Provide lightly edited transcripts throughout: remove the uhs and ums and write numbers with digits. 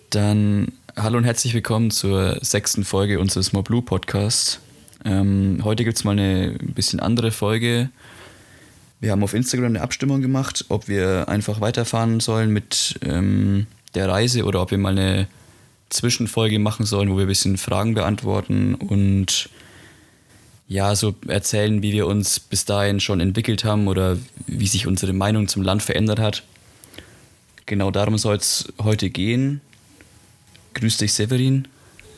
Dann hallo und herzlich willkommen zur 6. Folge unseres More Blue Podcasts. Heute gibt es mal eine ein bisschen andere Folge. Wir haben auf Instagram eine Abstimmung gemacht, ob wir einfach weiterfahren sollen mit der Reise oder ob wir mal eine Zwischenfolge machen sollen, wo wir ein bisschen Fragen beantworten und ja, so erzählen, wie wir uns bis dahin schon entwickelt haben oder wie sich unsere Meinung zum Land verändert hat. Genau darum soll es heute gehen. Grüß dich, Severin.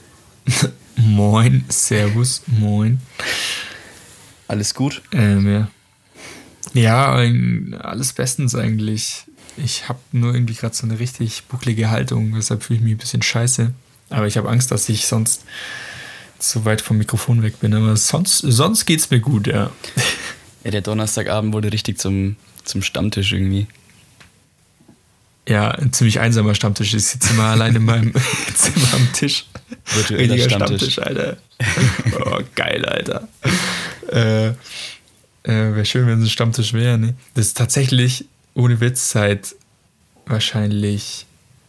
Moin, servus, moin. Alles gut? Ja, alles bestens eigentlich. Ich habe nur irgendwie gerade so eine richtig bucklige Haltung, deshalb fühle ich mich ein bisschen scheiße. Aber ich habe Angst, dass ich sonst zu weit vom Mikrofon weg bin. Aber sonst geht's mir gut, ja. Ja, der Donnerstagabend wurde richtig zum Stammtisch irgendwie. Ja, ein ziemlich einsamer Stammtisch. Ich sitze immer allein in meinem Zimmer am Tisch. Virtueller Stammtisch, Alter. Oh, geil, Alter. Wäre schön, wenn es ein Stammtisch wäre, ne? Das ist tatsächlich, ohne Witz, seit wahrscheinlich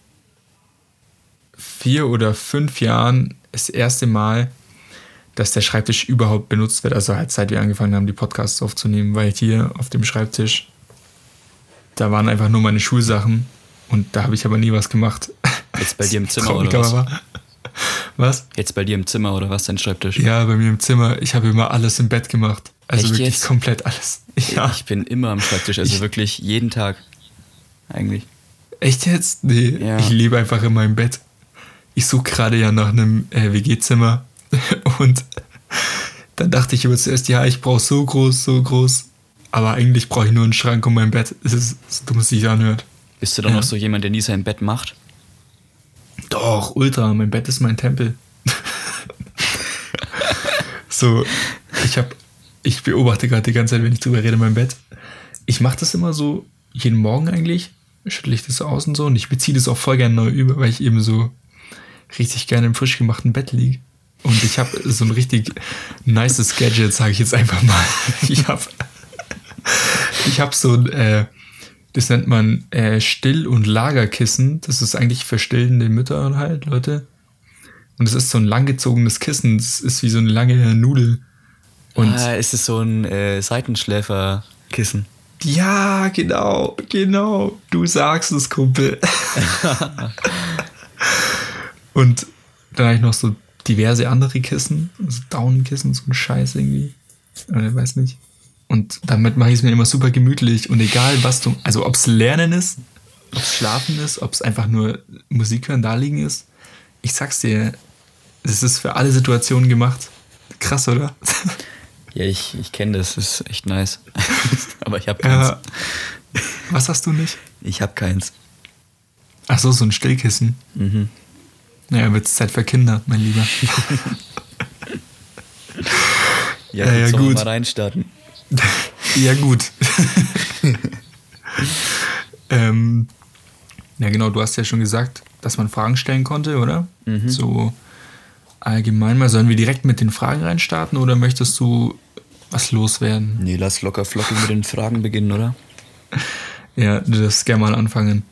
4 oder 5 Jahren das erste Mal, dass der Schreibtisch überhaupt benutzt wird. Also halt seit wir angefangen haben, die Podcasts aufzunehmen, weil hier auf dem Schreibtisch, da waren einfach nur meine Schulsachen. Und da habe ich aber nie was gemacht. Jetzt bei dir im Zimmer oder was? Was? Jetzt bei dir im Zimmer oder was, dein Schreibtisch? Ja, bei mir im Zimmer. Ich habe immer alles im Bett gemacht. Also echt wirklich jetzt? Komplett alles. Ja. Ich bin immer am Schreibtisch, also wirklich jeden Tag eigentlich. Echt jetzt? Nee, Ja. Ich lebe einfach in meinem Bett. Ich suche gerade ja nach einem WG-Zimmer. Und dann dachte ich immer zuerst, ja, ich brauche so groß. Aber eigentlich brauche ich nur einen Schrank und mein Bett. Es ist so dumm, es sich anhört. Bist du dann noch so jemand, der nie sein Bett macht? Doch, ultra. Mein Bett ist mein Tempel. So, ich beobachte gerade die ganze Zeit, wenn ich drüber rede, mein Bett. Ich mache das immer so, jeden Morgen eigentlich, schüttle ich das so aus und so. Und ich beziehe das auch voll gerne neu über, weil ich eben so richtig gerne im frisch gemachten Bett liege. Und ich habe so ein richtig nices Gadget, sage ich jetzt einfach mal. Ich habe so ein, das nennt man Still- und Lagerkissen. Das ist eigentlich für stillende Mütter halt, Leute. Und es ist so ein langgezogenes Kissen. Das ist wie so eine lange Nudel. Und ist es so ein Seitenschläferkissen? ja, genau. Du sagst es, Kumpel. Und dann habe ich noch so diverse andere Kissen. So Daunenkissen, so ein Scheiß irgendwie. Oder weiß nicht. Und damit mache ich es mir immer super gemütlich. Und egal was du, also ob es Lernen ist, ob es Schlafen ist, ob es einfach nur Musik hören, da liegen ist. Ich sag's dir, es ist für alle Situationen gemacht. Krass, oder? Ja, ich kenne das ist echt nice. Aber ich habe keins. Was hast du nicht? Ich habe keins. Ach so, so ein Stillkissen. Mhm. Naja, wird es Zeit für Kinder, mein Lieber. Ja, gut. Mal reinstarten. Ja, gut. Ja, genau, du hast ja schon gesagt, dass man Fragen stellen konnte, oder? Mhm. So allgemein mal. Sollen wir direkt mit den Fragen reinstarten oder möchtest du was loswerden? Nee, lass locker flockig mit den Fragen beginnen, oder? Ja, du darfst gerne mal anfangen.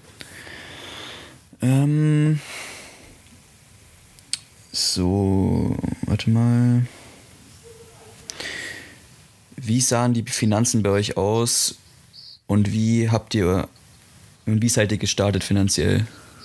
So, warte mal. Wie sahen die Finanzen bei euch aus und wie seid ihr gestartet finanziell?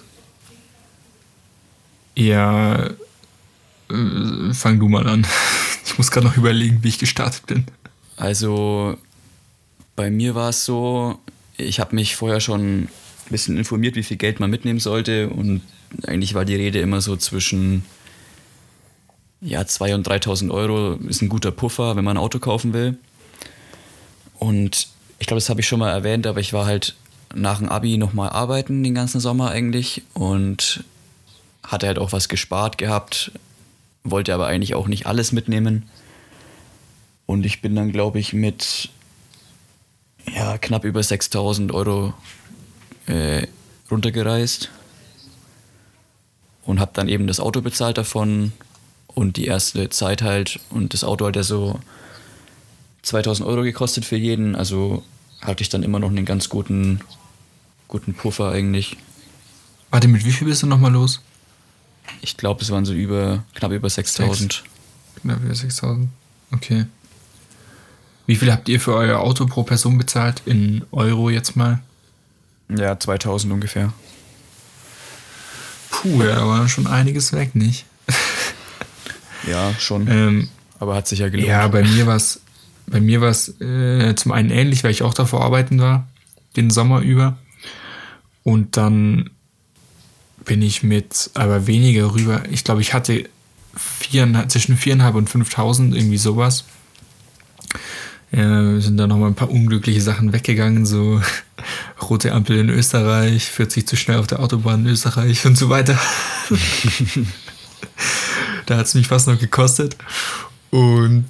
Ja, fang du mal an. Ich muss gerade noch überlegen, wie ich gestartet bin. Also bei mir war es so, ich habe mich vorher schon ein bisschen informiert, wie viel Geld man mitnehmen sollte und eigentlich war die Rede immer so zwischen 2.000 und 3.000 Euro ist ein guter Puffer, wenn man ein Auto kaufen will. Und ich glaube, das habe ich schon mal erwähnt, aber ich war halt nach dem Abi nochmal arbeiten den ganzen Sommer eigentlich und hatte halt auch was gespart gehabt, wollte aber eigentlich auch nicht alles mitnehmen. Und ich bin dann, glaube ich, mit knapp über 6.000 Euro runtergereist und habe dann eben das Auto bezahlt davon und die erste Zeit halt. Und das Auto hat ja so 2.000 Euro gekostet für jeden, also hatte ich dann immer noch einen ganz guten Puffer eigentlich. Warte, mit wie viel bist du nochmal los? Ich glaube, es waren so knapp über 6.000. Knapp über 6.000. Okay. Wie viel habt ihr für euer Auto pro Person bezahlt? In Euro jetzt mal? Ja, 2.000 ungefähr. Puh, ja, da war schon einiges weg, nicht? Ja, schon. Aber hat sich ja gelohnt. Ja, bei mir war es zum einen ähnlich, weil ich auch davor arbeiten war, den Sommer über. Und dann bin ich aber weniger rüber. Ich glaube, ich hatte zwischen 4.500 und 5.000, irgendwie sowas. Sind da nochmal ein paar unglückliche Sachen weggegangen, so rote Ampel in Österreich, 40 zu schnell auf der Autobahn in Österreich und so weiter. Da hat es mich fast noch gekostet. Und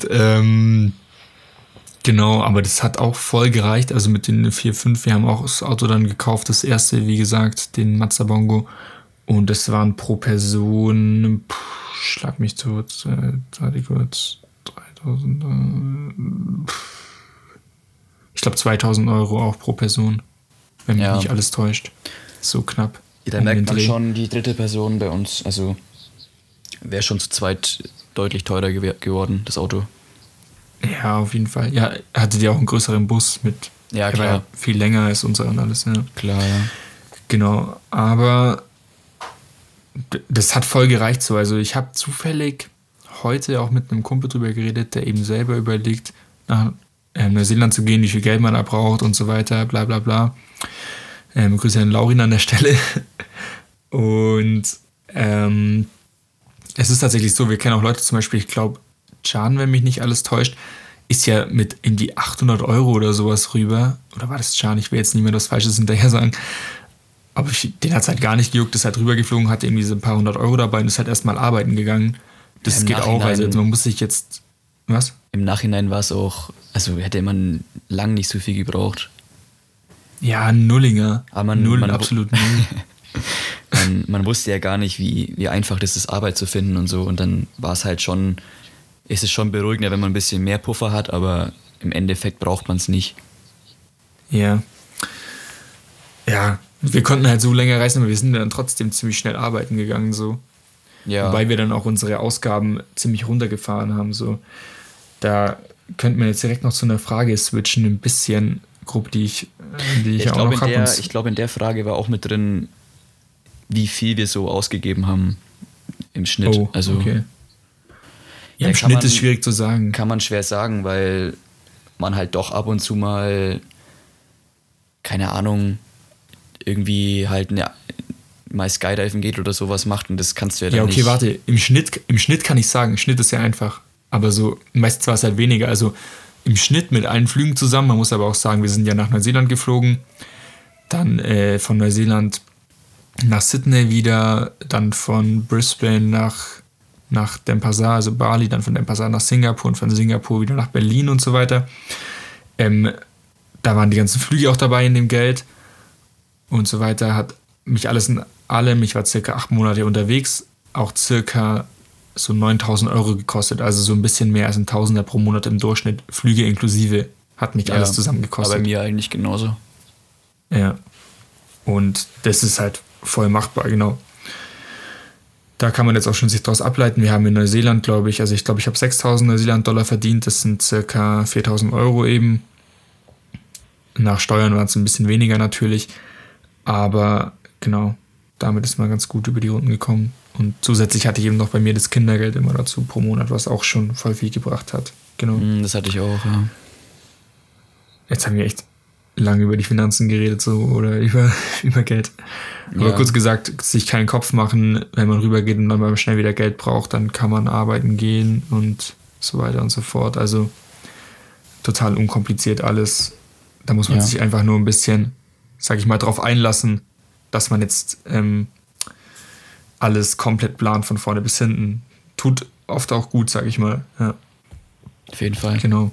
genau, aber das hat auch voll gereicht. Also mit den 4.5, wir haben auch das Auto dann gekauft, das erste, wie gesagt, den Mazda Bongo. Und das waren pro Person, schlag mich tot, 3.000, ich glaube 2.000 Euro auch pro Person, wenn mich nicht alles täuscht. So knapp. Ja, da merkt man schon, die dritte Person bei uns, also wäre schon zu zweit deutlich teurer geworden, das Auto. Ja, auf jeden Fall. Ja, hattet ihr auch einen größeren Bus mit, ja, klar. War ja viel länger als unser und alles, ja. Klar, ja. Genau, aber das hat voll gereicht so. Also ich habe zufällig heute auch mit einem Kumpel drüber geredet, der eben selber überlegt, nach Neuseeland zu gehen, wie viel Geld man da braucht und so weiter, bla bla bla. Grüße an Laurin an der Stelle. Und es ist tatsächlich so, wir kennen auch Leute zum Beispiel, ich glaube, Can, wenn mich nicht alles täuscht, ist ja mit irgendwie 800 Euro oder sowas rüber. Oder war das Can? Ich will jetzt nicht mehr das Falsches hinterher sagen. Aber den hat es halt gar nicht gejuckt, ist halt rübergeflogen, hatte irgendwie so ein paar 100 Euro dabei und ist halt erstmal arbeiten gegangen. Das geht auch, also man muss sich jetzt, was? Im Nachhinein war es auch, also hätte man lang nicht so viel gebraucht. Ja, Nullinger. Aber absolut null. Man wusste ja gar nicht, wie einfach das ist, Arbeit zu finden und so. Und dann war es halt schon, ist es schon beruhigender, wenn man ein bisschen mehr Puffer hat, aber im Endeffekt braucht man es nicht. Ja. Ja, wir konnten halt so länger reisen, aber wir sind dann trotzdem ziemlich schnell arbeiten gegangen, so. Ja. Wobei wir dann auch unsere Ausgaben ziemlich runtergefahren haben, so. Da könnte man jetzt direkt noch zu einer Frage switchen, ein bisschen grob, die ich auch noch habe. Ich glaube, in der Frage war auch mit drin, wie viel wir so ausgegeben haben im Schnitt. Oh, also, okay. Ja, im Schnitt ist schwierig zu sagen. Kann man schwer sagen, weil man halt doch ab und zu mal, keine Ahnung, irgendwie halt mal Skydiven geht oder sowas macht und das kannst du ja dann nicht. Ja, okay, warte, im Schnitt kann ich sagen, Schnitt ist ja einfach, aber so, meistens war es halt weniger, also im Schnitt mit allen Flügen zusammen, man muss aber auch sagen, wir sind ja nach Neuseeland geflogen, dann von Neuseeland nach Sydney wieder, dann von Brisbane nach Denpasar, also Bali, dann von Denpasar nach Singapur und von Singapur wieder nach Berlin und so weiter. Da waren die ganzen Flüge auch dabei in dem Geld und so weiter, hat mich alles in allem, ich war circa 8 Monate unterwegs, auch circa so 9.000 Euro gekostet, also so ein bisschen mehr als ein Tausender pro Monat im Durchschnitt, Flüge inklusive, hat mich alles zusammen gekostet. Aber bei mir eigentlich genauso. Ja, und das ist halt voll machbar, genau. Da kann man jetzt auch schon sich draus ableiten, wir haben in Neuseeland, glaube ich, ich habe 6.000 Neuseeland-Dollar verdient, das sind circa 4.000 Euro eben. Nach Steuern waren es ein bisschen weniger natürlich, aber genau, damit ist man ganz gut über die Runden gekommen. Und zusätzlich hatte ich eben noch bei mir das Kindergeld immer dazu pro Monat, was auch schon voll viel gebracht hat. Genau. Das hatte ich auch, ja. Jetzt haben wir echt lange über die Finanzen geredet, so, oder über Geld. Aber kurz gesagt, sich keinen Kopf machen, wenn man rübergeht und dann mal schnell wieder Geld braucht, dann kann man arbeiten gehen und so weiter und so fort. Also total unkompliziert alles. Da muss man sich einfach nur ein bisschen, sag ich mal, drauf einlassen, dass man jetzt alles komplett plant von vorne bis hinten. Tut oft auch gut, sag ich mal. Ja. Auf jeden Fall. Genau.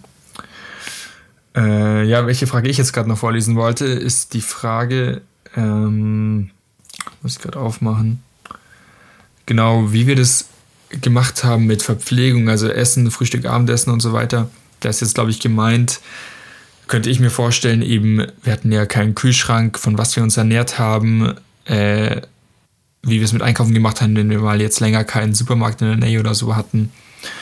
Welche Frage ich jetzt gerade noch vorlesen wollte, ist die Frage, muss ich gerade aufmachen, genau, wie wir das gemacht haben mit Verpflegung, also Essen, Frühstück, Abendessen und so weiter. Da ist jetzt, glaube ich, gemeint, könnte ich mir vorstellen, eben, wir hatten ja keinen Kühlschrank, von was wir uns ernährt haben, wie wir es mit Einkaufen gemacht haben, wenn wir mal jetzt länger keinen Supermarkt in der Nähe oder so hatten.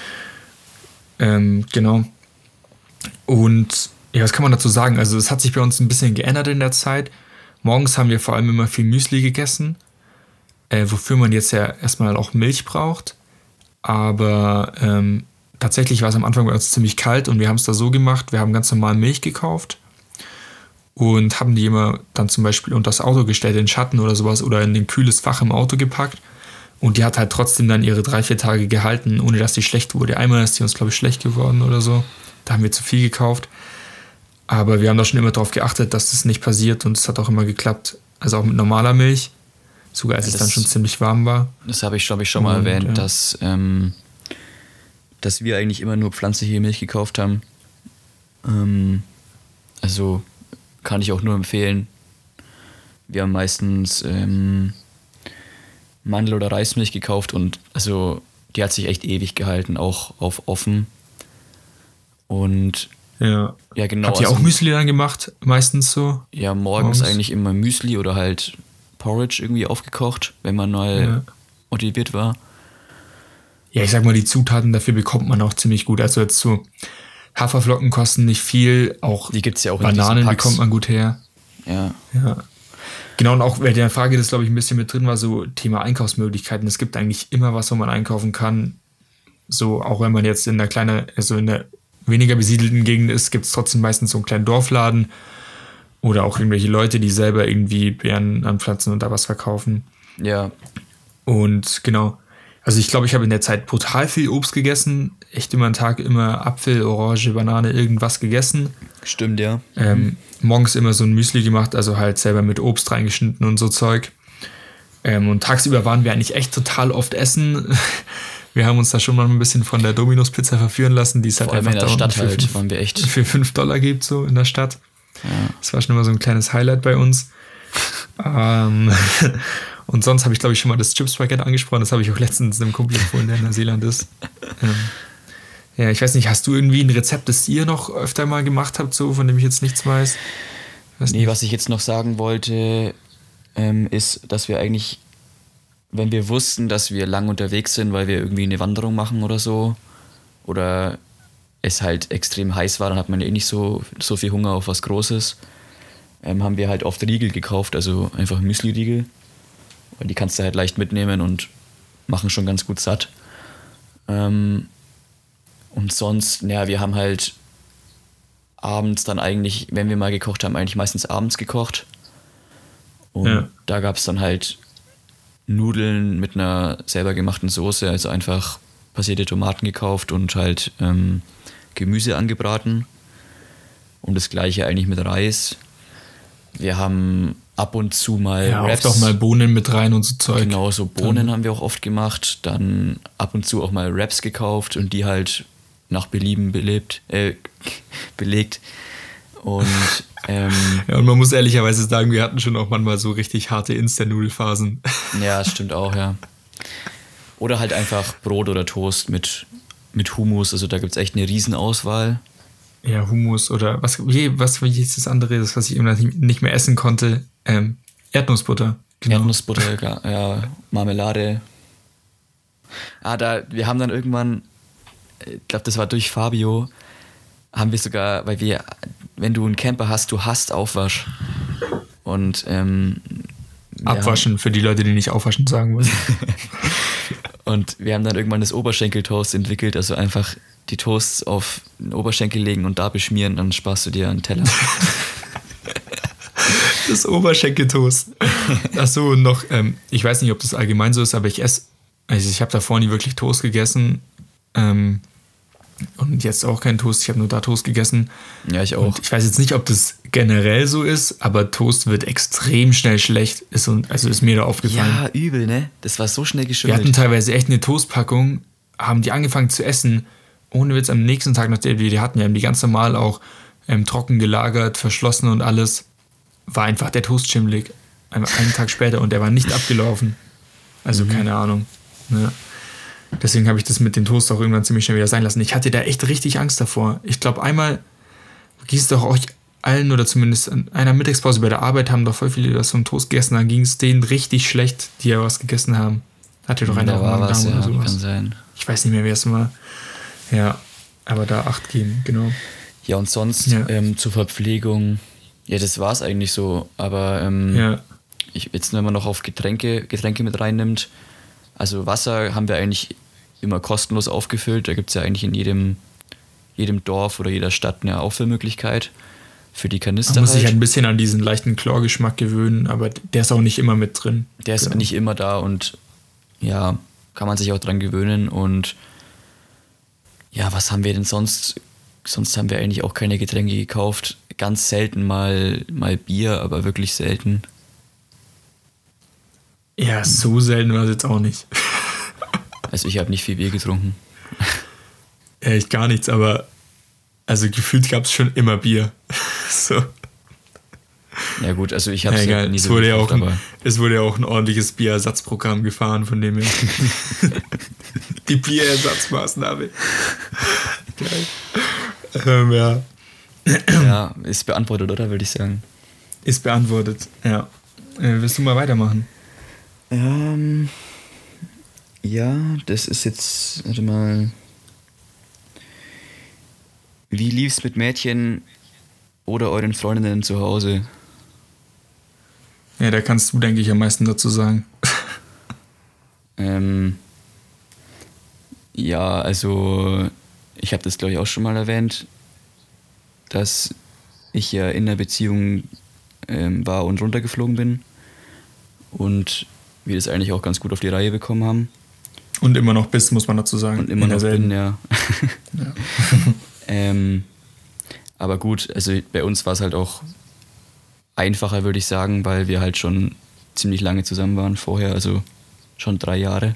Genau. Und ja, was kann man dazu sagen? Also es hat sich bei uns ein bisschen geändert in der Zeit. Morgens haben wir vor allem immer viel Müsli gegessen, wofür man jetzt ja erstmal auch Milch braucht. Aber tatsächlich war es am Anfang bei uns ziemlich kalt und wir haben es da so gemacht, wir haben ganz normal Milch gekauft und haben die immer dann zum Beispiel unter das Auto gestellt, in den Schatten oder sowas oder in ein kühles Fach im Auto gepackt. Und die hat halt trotzdem dann ihre 3-4 Tage gehalten, ohne dass die schlecht wurde. Einmal ist die uns, glaube ich, schlecht geworden oder so. Da haben wir zu viel gekauft. Aber wir haben da schon immer darauf geachtet, dass das nicht passiert und es hat auch immer geklappt. Also auch mit normaler Milch, sogar als es dann schon ziemlich warm war. Das habe ich, glaube ich, schon mal erwähnt, dass wir eigentlich immer nur pflanzliche Milch gekauft haben. Also kann ich auch nur empfehlen. Wir haben meistens Mandel- oder Reismilch gekauft und also die hat sich echt ewig gehalten, auch auf offen. Und ja genau. Habt ihr auch Müsli dann gemacht, meistens so? Ja, morgens eigentlich immer Müsli oder halt Porridge irgendwie aufgekocht, wenn man mal motiviert war. Ja, ich sag mal, die Zutaten dafür bekommt man auch ziemlich gut. Also jetzt so Haferflocken kosten nicht viel, auch die gibt's ja auch Bananen bekommt man gut her. Ja. Genau, und auch bei der Frage, das glaube ich ein bisschen mit drin war, so Thema Einkaufsmöglichkeiten. Es gibt eigentlich immer was, wo man einkaufen kann. So, auch wenn man jetzt in der weniger besiedelten Gegend ist, gibt es trotzdem meistens so einen kleinen Dorfladen oder auch irgendwelche Leute, die selber irgendwie Beeren anpflanzen und da was verkaufen. Ja. Und genau, also ich glaube, ich habe in der Zeit brutal viel Obst gegessen. Echt immer einen Tag immer Apfel, Orange, Banane, irgendwas gegessen. Stimmt, ja. Morgens immer so ein Müsli gemacht, also halt selber mit Obst reingeschnitten und so Zeug. Und tagsüber waren wir eigentlich echt total oft essen. Wir haben uns da schon mal ein bisschen von der Domino's-Pizza verführen lassen, die es halt einfach in der Stadt halt, waren wir echt für $5 gibt, so in der Stadt. Ja. Das war schon immer so ein kleines Highlight bei uns. Und sonst habe ich, glaube ich, schon mal das Chips-Paket angesprochen. Das habe ich auch letztens einem Kumpel empfohlen, der in Neuseeland ist. Ja, ich weiß nicht, hast du irgendwie ein Rezept, das ihr noch öfter mal gemacht habt, so, von dem ich jetzt nichts weiß? Was ich jetzt noch sagen wollte, ist, dass wir eigentlich, wenn wir wussten, dass wir lang unterwegs sind, weil wir irgendwie eine Wanderung machen oder so, oder es halt extrem heiß war, dann hat man eh nicht so viel Hunger auf was Großes, haben wir halt oft Riegel gekauft, also einfach Müsli-Riegel, weil die kannst du halt leicht mitnehmen und machen schon ganz gut satt. Und sonst, wir haben halt abends dann eigentlich, wenn wir mal gekocht haben, eigentlich meistens abends gekocht. Und da gab es dann halt Nudeln mit einer selber gemachten Soße, also einfach passierte Tomaten gekauft und halt Gemüse angebraten. Und das gleiche eigentlich mit Reis. Wir haben ab und zu mal Wraps. Oft auch mal Bohnen mit rein und so Zeug. Genau, so Bohnen haben wir auch oft gemacht. Dann ab und zu auch mal Wraps gekauft und die halt nach Belieben belegt. Und und man muss ehrlicherweise sagen, wir hatten schon auch manchmal so richtig harte Instant-Nudelphasen. Ja, das stimmt auch, ja. Oder halt einfach Brot oder Toast mit Hummus. Also da gibt es echt eine Riesenauswahl. Ja, Hummus oder was ist das andere, das, was ich immer nicht mehr essen konnte? Erdnussbutter. Genau. Erdnussbutter, ja, Marmelade. Wir haben dann irgendwann, ich glaube, das war durch Fabio, haben wir sogar, weil wenn du einen Camper hast, du hast Aufwasch. Und Abwaschen für die Leute, die nicht aufwaschen sagen wollen. Und wir haben dann irgendwann das Oberschenkeltoast entwickelt, also einfach die Toasts auf den Oberschenkel legen und da beschmieren, dann sparst du dir einen Teller. Das Oberschenkeltoast. Achso, und noch, ich weiß nicht, ob das allgemein so ist, aber ich habe davor nie wirklich Toast gegessen. Und jetzt auch keinen Toast, ich habe nur da Toast gegessen. Ja, ich auch. Und ich weiß jetzt nicht, ob das generell so ist, aber Toast wird extrem schnell schlecht. Ist mir da aufgefallen. Ja, übel, ne? Das war so schnell geschimmelt. Wir hatten teilweise echt eine Toastpackung, haben die angefangen zu essen, ohne Witz, am nächsten Tag, nachdem wir die hatten, wir haben die ganz normal auch trocken gelagert, verschlossen und alles, war einfach der Toast schimmelig. Einen Tag später und der war nicht abgelaufen. Also keine Ahnung. Ja. Deswegen habe ich das mit dem Toast auch irgendwann ziemlich schnell wieder sein lassen. Ich hatte da echt richtig Angst davor. Ich glaube, einmal ging es doch allen oder zumindest an einer Mittagspause bei der Arbeit haben doch voll viele was vom Toast gegessen. Dann ging es denen richtig schlecht, die ja was gegessen haben. Hatte doch einer Da auch war was, Magen-Darm ja, oder sowas. kann sein. Ich weiß nicht mehr, wer es war. Ja, aber da Acht geben, genau. Ja, und sonst Ja. zur Verpflegung, ja, das war's eigentlich so. Aber Ja, jetzt, wenn man noch auf Getränke mit reinnimmt, also Wasser haben wir eigentlich immer kostenlos aufgefüllt. Da gibt es ja eigentlich in jedem Dorf oder jeder Stadt eine Auffüllmöglichkeit für die Kanister. man muss sich halt ein bisschen an diesen leichten Chlorgeschmack gewöhnen, aber der ist auch nicht immer mit drin. Der ist nicht immer da und ja, kann man sich auch dran gewöhnen. Und ja, was haben wir denn sonst? Sonst haben wir eigentlich auch keine Getränke gekauft. Ganz selten mal Bier, aber wirklich selten. Ja, so selten war es jetzt auch nicht. Also ich habe nicht viel Bier getrunken. Echt gar nichts, aber also gefühlt gab es schon immer Bier. So. Ja gut, also ich habe es Egal, nie es so wurde, ja auch getrunken, es wurde ja auch ein ordentliches Bierersatzprogramm gefahren, von dem her. Die Bierersatzmaßnahme. Geil. Ja. ja, ist beantwortet, oder? Würde ich sagen. Ist beantwortet, ja. Willst du mal weitermachen? Ja, das ist jetzt, warte mal. Wie lief's mit Mädchen oder euren Freundinnen zu Hause? Ja, da kannst du, denke ich, am meisten dazu sagen. Ja, also ich habe das, glaube ich, auch schon mal erwähnt, dass ich ja in einer Beziehung war und runtergeflogen bin und wir das eigentlich auch ganz gut auf die Reihe bekommen haben. Und immer noch bist, muss man dazu sagen. Und immer noch bin, ja. Ja. Aber gut, also bei uns war es halt auch einfacher, würde ich sagen, weil wir halt schon ziemlich lange zusammen waren vorher, also schon 3 Jahre.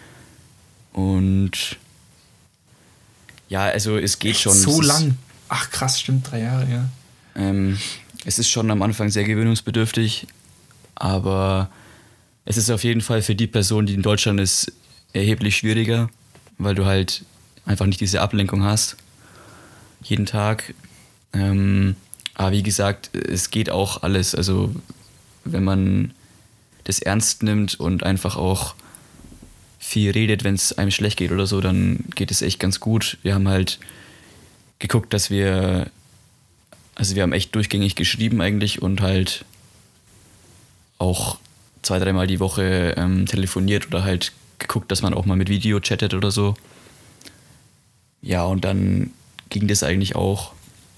Und ja, also es geht schon. So lang? Ach krass, stimmt, 3 Jahre, ja. Es ist schon am Anfang sehr gewöhnungsbedürftig, aber es ist auf jeden Fall für die Person, die in Deutschland ist, erheblich schwieriger, weil du halt einfach nicht diese Ablenkung hast, jeden Tag. Aber wie gesagt, es geht auch alles. Also wenn man das ernst nimmt und einfach auch viel redet, wenn es einem schlecht geht oder so, dann geht es echt ganz gut. Wir haben halt geguckt, dass wir haben echt durchgängig geschrieben eigentlich und halt auch 2-3 Mal die Woche telefoniert oder halt geguckt, dass man auch mal mit Video chattet oder so. Ja, und dann ging das eigentlich auch.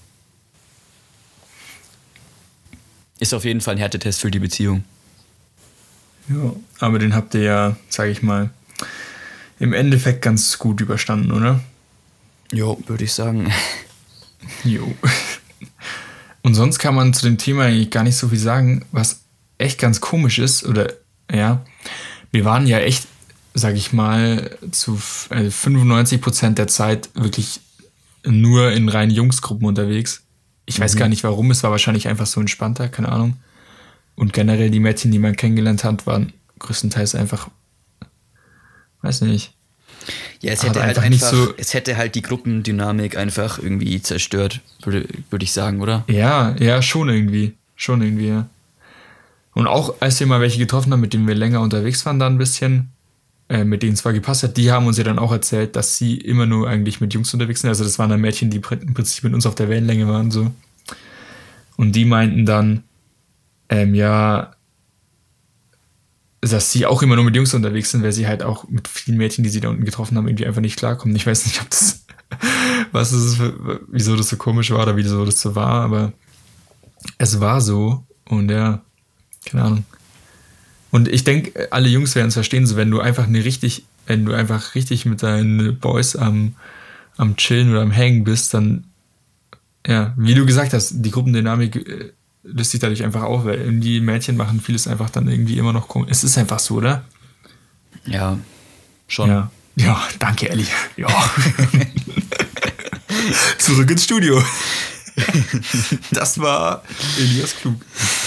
Ist auf jeden Fall ein Härtetest für die Beziehung. Ja, aber den habt ihr ja, sag ich mal, im Endeffekt ganz gut überstanden, oder? Jo, würde ich sagen. Jo. Und sonst kann man zu dem Thema eigentlich gar nicht so viel sagen, was echt ganz komisch ist, oder ja, wir waren ja echt, sag ich mal, zu 95% der Zeit wirklich nur in reinen Jungsgruppen unterwegs. Ich weiß gar nicht warum, es war wahrscheinlich einfach so entspannter, keine Ahnung. Und generell die Mädchen, die man kennengelernt hat, waren größtenteils einfach, weiß nicht. Ja, es Aber hätte halt einfach nicht einfach, so- es hätte halt die Gruppendynamik einfach irgendwie zerstört, würde ich sagen, oder? Ja, schon irgendwie, ja. Und auch als wir mal welche getroffen haben, mit denen wir länger unterwegs waren, da ein bisschen, mit denen es zwar gepasst hat, die haben uns ja dann auch erzählt, dass sie immer nur eigentlich mit Jungs unterwegs sind. Also das waren dann Mädchen, die im Prinzip mit uns auf der Wellenlänge waren, so. Und die meinten dann, ja, dass sie auch immer nur mit Jungs unterwegs sind, weil sie halt auch mit vielen Mädchen, die sie da unten getroffen haben, irgendwie einfach nicht klarkommen. Ich weiß nicht, ob das, wieso das so komisch war oder wieso das so war, aber es war so und ja, keine Ahnung. Und ich denke, alle Jungs werden es verstehen, so wenn du einfach richtig mit deinen Boys am Chillen oder am Hängen bist, dann, ja, wie du gesagt hast, die Gruppendynamik löst sich dadurch einfach auf, weil die Mädchen machen vieles einfach dann irgendwie immer noch komisch. Es ist einfach so, oder? Ja, schon. Ja, danke, Elli. Ja. Zurück ins Studio. Das war Elias Klug.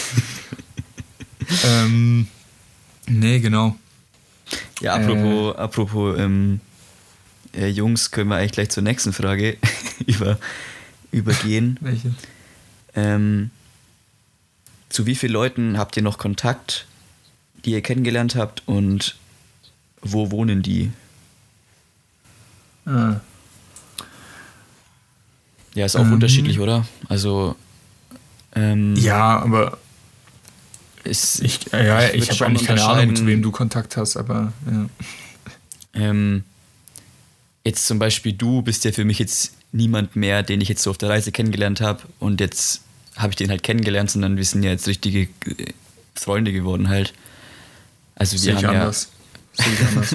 Nee, genau. Ja, apropos Jungs, können wir eigentlich gleich zur nächsten Frage übergehen. Welche? Zu wie vielen Leuten habt ihr noch Kontakt, die ihr kennengelernt habt, und wo wohnen die? Ja, ist auch unterschiedlich, oder? Also ja, aber ich habe schon eigentlich keine Ahnung, zu wem du Kontakt hast, aber ja. Jetzt zum Beispiel, du bist ja für mich jetzt niemand mehr, den ich jetzt so auf der Reise kennengelernt habe, und jetzt habe ich den halt kennengelernt, sondern wir sind ja jetzt richtige Freunde geworden halt. Also wir haben anders. Sehe ich anders.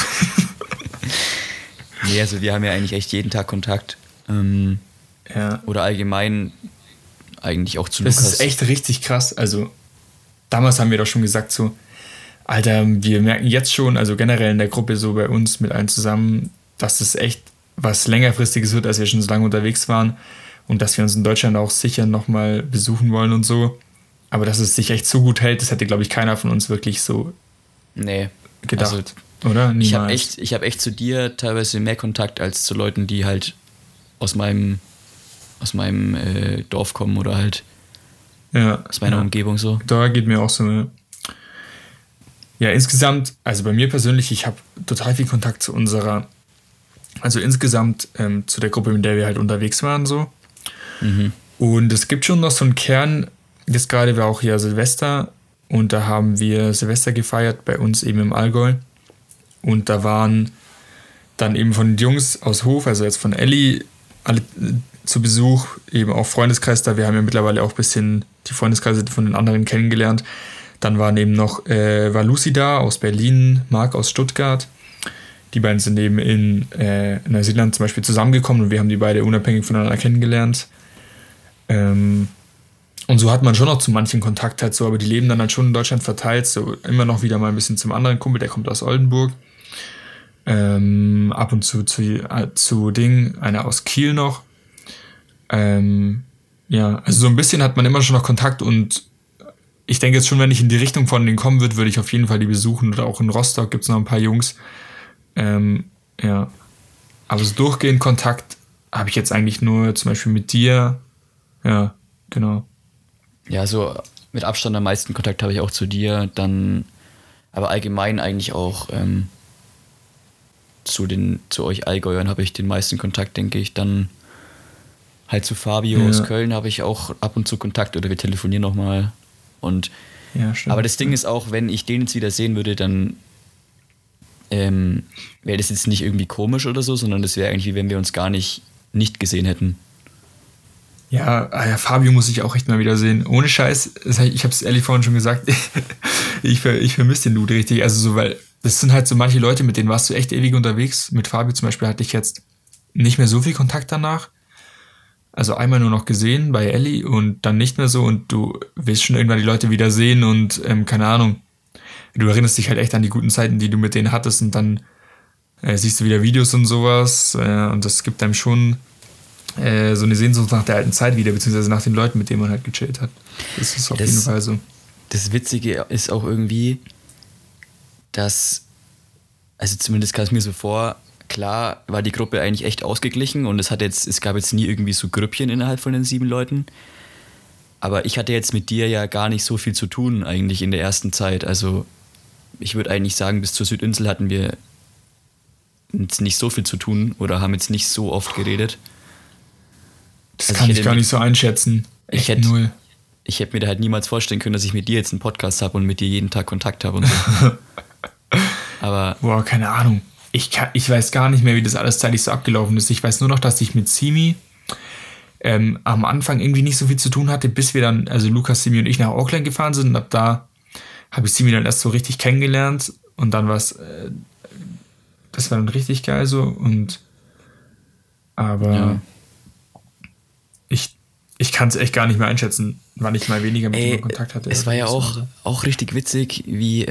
Nee, also wir haben ja eigentlich echt jeden Tag Kontakt. Ja. Oder allgemein eigentlich auch zu Das Lukas. ist echt richtig krass. Also damals haben wir doch schon gesagt so, Alter, wir merken jetzt schon, also generell in der Gruppe so bei uns mit allen zusammen, dass das echt was längerfristiges wird, als wir schon so lange unterwegs waren, und dass wir uns in Deutschland auch sicher nochmal besuchen wollen und so. Aber dass es sich echt so gut hält, das hätte, glaube ich, keiner von uns wirklich so gedacht. Also, oder? Niemals. Ich hab echt zu dir teilweise mehr Kontakt als zu Leuten, die halt aus meinem Dorf kommen oder halt aus meiner Umgebung so. Da geht mir auch so. Ja, insgesamt, also bei mir persönlich, ich habe total viel Kontakt zu insgesamt zu der Gruppe, mit der wir halt unterwegs waren so. Mhm. Und es gibt schon noch so einen Kern, jetzt gerade war auch ja Silvester, und da haben wir Silvester gefeiert, bei uns eben im Allgäu. Und da waren dann eben von den Jungs aus Hof, also jetzt von Elli, alle zu Besuch, eben auch Freundeskreis da. Wir haben ja mittlerweile auch ein bisschen die Freundeskreise von den anderen kennengelernt. Dann waren eben noch, war Lucy da aus Berlin, Marc aus Stuttgart. Die beiden sind eben in Neuseeland zum Beispiel zusammengekommen, und wir haben die beide unabhängig voneinander kennengelernt. Und so hat man schon noch zu manchen Kontakt halt so, aber die leben dann halt schon in Deutschland verteilt, so immer noch wieder mal ein bisschen zum anderen Kumpel, der kommt aus Oldenburg. Ab und zu einer aus Kiel noch. Ja, also so ein bisschen hat man immer schon noch Kontakt, und ich denke jetzt schon, wenn ich in die Richtung von denen kommen würde, würde ich auf jeden Fall die besuchen, oder auch in Rostock gibt es noch ein paar Jungs. Ja, aber so durchgehend Kontakt habe ich jetzt eigentlich nur zum Beispiel mit dir. Ja, genau. Ja, so mit Abstand am meisten Kontakt habe ich auch zu dir, dann aber allgemein eigentlich auch zu euch Allgäuern habe ich den meisten Kontakt, denke ich. Dann halt zu Fabio aus Köln habe ich auch ab und zu Kontakt, oder wir telefonieren nochmal. Und aber das Ding ist auch, wenn ich den jetzt wieder sehen würde, dann wäre das jetzt nicht irgendwie komisch oder so, sondern das wäre eigentlich, wie wenn wir uns gar nicht gesehen hätten. Ja, Fabio muss ich auch echt mal wieder sehen. Ohne Scheiß, ich habe es ehrlich vorhin schon gesagt, ich vermisse den Dude richtig. Also so, weil das sind halt so manche Leute, mit denen warst du echt ewig unterwegs. Mit Fabio zum Beispiel hatte ich jetzt nicht mehr so viel Kontakt danach. Also einmal nur noch gesehen bei Ellie und dann nicht mehr so, und du willst schon irgendwann die Leute wieder sehen und keine Ahnung. Du erinnerst dich halt echt an die guten Zeiten, die du mit denen hattest, und dann siehst du wieder Videos und sowas, und das gibt einem schon so eine Sehnsucht nach der alten Zeit wieder, beziehungsweise nach den Leuten, mit denen man halt gechillt hat. Das ist auf jeden Fall so. Das Witzige ist auch irgendwie, dass, also zumindest kam es mir so vor, klar war die Gruppe eigentlich echt ausgeglichen, und es gab jetzt nie irgendwie so Grüppchen innerhalb von den 7 Leuten. Aber ich hatte jetzt mit dir ja gar nicht so viel zu tun eigentlich in der ersten Zeit. Also ich würde eigentlich sagen, bis zur Südinsel hatten wir jetzt nicht so viel zu tun oder haben jetzt nicht so oft geredet. Das kann ich gar nicht so einschätzen. Ich hätte mir da halt niemals vorstellen können, dass ich mit dir jetzt einen Podcast habe und mit dir jeden Tag Kontakt habe und so. Aber boah, keine Ahnung. Ich weiß gar nicht mehr, wie das alles zeitlich so abgelaufen ist. Ich weiß nur noch, dass ich mit Simi am Anfang irgendwie nicht so viel zu tun hatte, bis wir dann, also Lukas, Simi und ich nach Auckland gefahren sind. Und ab da habe ich Simi dann erst so richtig kennengelernt, und dann war es, das war dann richtig geil so. Aber ich kann es echt gar nicht mehr einschätzen, wann ich mal weniger mit ihm Kontakt hatte. Es war ja auch richtig witzig, wie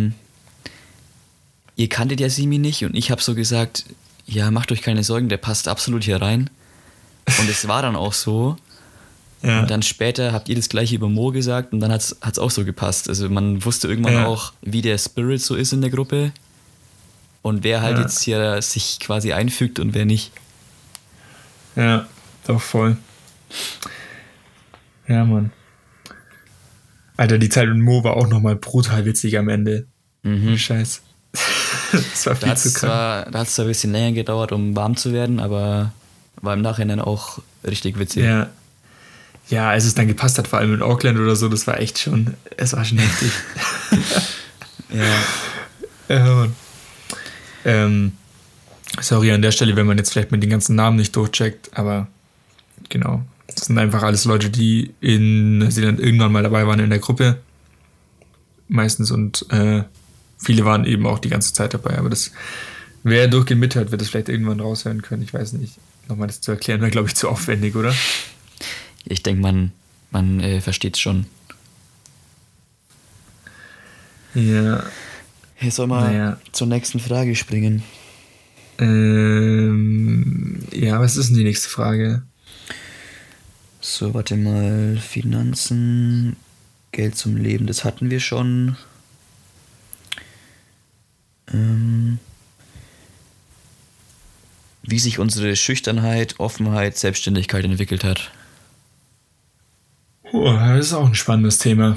ihr kanntet ja Simi nicht, und ich habe so gesagt, ja, macht euch keine Sorgen, der passt absolut hier rein. Und es war dann auch so. Ja. Und dann später habt ihr das gleiche über Mo gesagt, und dann hat's auch so gepasst. Also man wusste irgendwann auch, wie der Spirit so ist in der Gruppe und wer halt jetzt hier sich quasi einfügt und wer nicht. Ja, doch voll. Ja, Mann. Alter, die Zeit mit Mo war auch nochmal brutal witzig am Ende. Scheiß. Das war viel zu krank. Da hat es zwar ein bisschen länger gedauert, um warm zu werden, aber war im Nachhinein auch richtig witzig. Ja. Ja, als es dann gepasst hat, vor allem in Auckland oder so, das war echt schon, es war schon heftig. Ja, Mann. Sorry an der Stelle, wenn man jetzt vielleicht mit den ganzen Namen nicht durchcheckt, aber genau. Das sind einfach alles Leute, die in Neuseeland irgendwann mal dabei waren in der Gruppe. Meistens und viele waren eben auch die ganze Zeit dabei, aber wer durchgehend mithört, wird das vielleicht irgendwann raushören können, ich weiß nicht. Nochmal das zu erklären, wäre glaube ich zu aufwendig, oder? Ich denke, man versteht es schon. Ja. Hey, soll mal zur nächsten Frage springen? Ja, was ist denn die nächste Frage? So, warte mal. Finanzen, Geld zum Leben, das hatten wir schon. Wie sich unsere Schüchternheit, Offenheit, Selbstständigkeit entwickelt hat. Das ist auch ein spannendes Thema.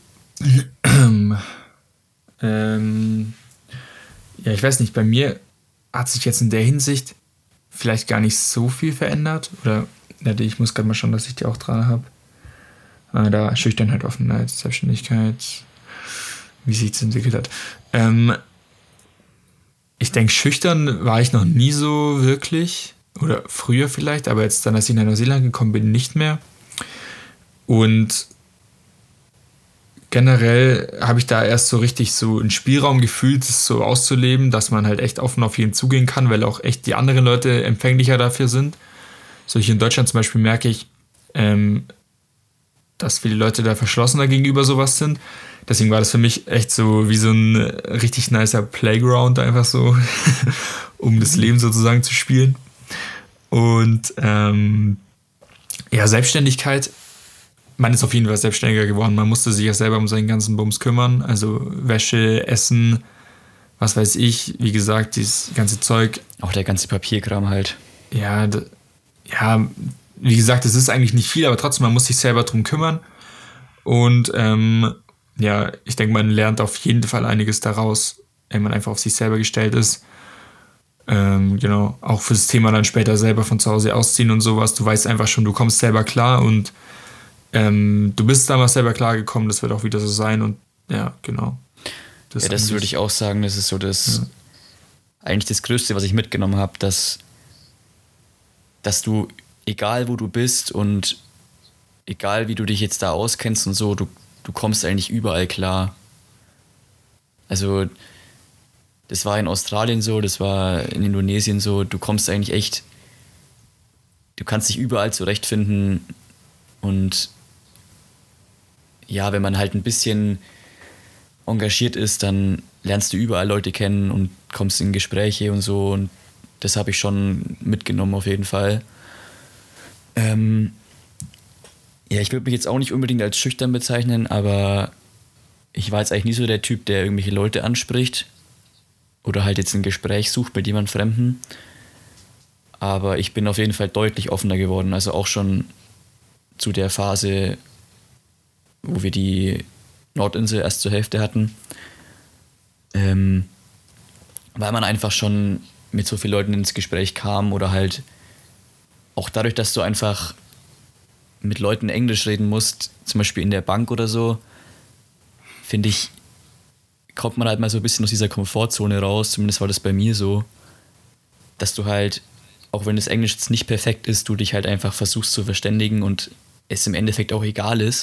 Ja, ich weiß nicht, bei mir hat sich jetzt in der Hinsicht vielleicht gar nicht so viel verändert. Oder, ich muss gerade mal schauen, dass ich die auch dran habe. Da Schüchternheit, Offenheit, Selbstständigkeit, wie sich das entwickelt hat. Ich denke, schüchtern war ich noch nie so wirklich. Oder früher vielleicht, aber jetzt dann, als ich nach Neuseeland gekommen bin, nicht mehr. Und generell habe ich da erst so richtig so einen Spielraum gefühlt, das so auszuleben, dass man halt echt offen auf jeden zugehen kann, weil auch echt die anderen Leute empfänglicher dafür sind. So hier in Deutschland zum Beispiel merke ich, dass viele Leute da verschlossener gegenüber sowas sind. Deswegen war das für mich echt so wie so ein richtig nicer Playground einfach so, um das Leben sozusagen zu spielen. Und Selbstständigkeit. Man ist auf jeden Fall selbstständiger geworden. Man musste sich ja selber um seinen ganzen Bums kümmern. Also Wäsche, Essen, was weiß ich. Wie gesagt, dieses ganze Zeug. Auch der ganze Papierkram halt. Ja, wie gesagt, es ist eigentlich nicht viel, aber trotzdem, man muss sich selber drum kümmern. Und ich denke, man lernt auf jeden Fall einiges daraus, wenn man einfach auf sich selber gestellt ist. Genau, auch fürs Thema dann später selber von zu Hause ausziehen und sowas. Du weißt einfach schon, du kommst selber klar und du bist damals selber klar gekommen, das wird auch wieder so sein und ja, genau. Das würde ich auch sagen, das ist so eigentlich das Größte, was ich mitgenommen habe, dass du, egal wo du bist und egal wie du dich jetzt da auskennst und so, du kommst eigentlich überall klar. Also das war in Australien so, das war in Indonesien so, du kommst eigentlich echt, du kannst dich überall zurechtfinden und ja, wenn man halt ein bisschen engagiert ist, dann lernst du überall Leute kennen und kommst in Gespräche und so und das habe ich schon mitgenommen auf jeden Fall. Ich würde mich jetzt auch nicht unbedingt als schüchtern bezeichnen, aber ich war jetzt eigentlich nie so der Typ, der irgendwelche Leute anspricht oder halt jetzt ein Gespräch sucht mit jemand Fremden. Aber ich bin auf jeden Fall deutlich offener geworden, also auch schon zu der Phase, wo wir die Nordinsel erst zur Hälfte hatten, weil man einfach schon mit so vielen Leuten ins Gespräch kam oder halt auch dadurch, dass du einfach mit Leuten Englisch reden musst, zum Beispiel in der Bank oder so, finde ich, kommt man halt mal so ein bisschen aus dieser Komfortzone raus, zumindest war das bei mir so, dass du halt, auch wenn das Englisch jetzt nicht perfekt ist, du dich halt einfach versuchst zu verständigen und es im Endeffekt auch egal ist.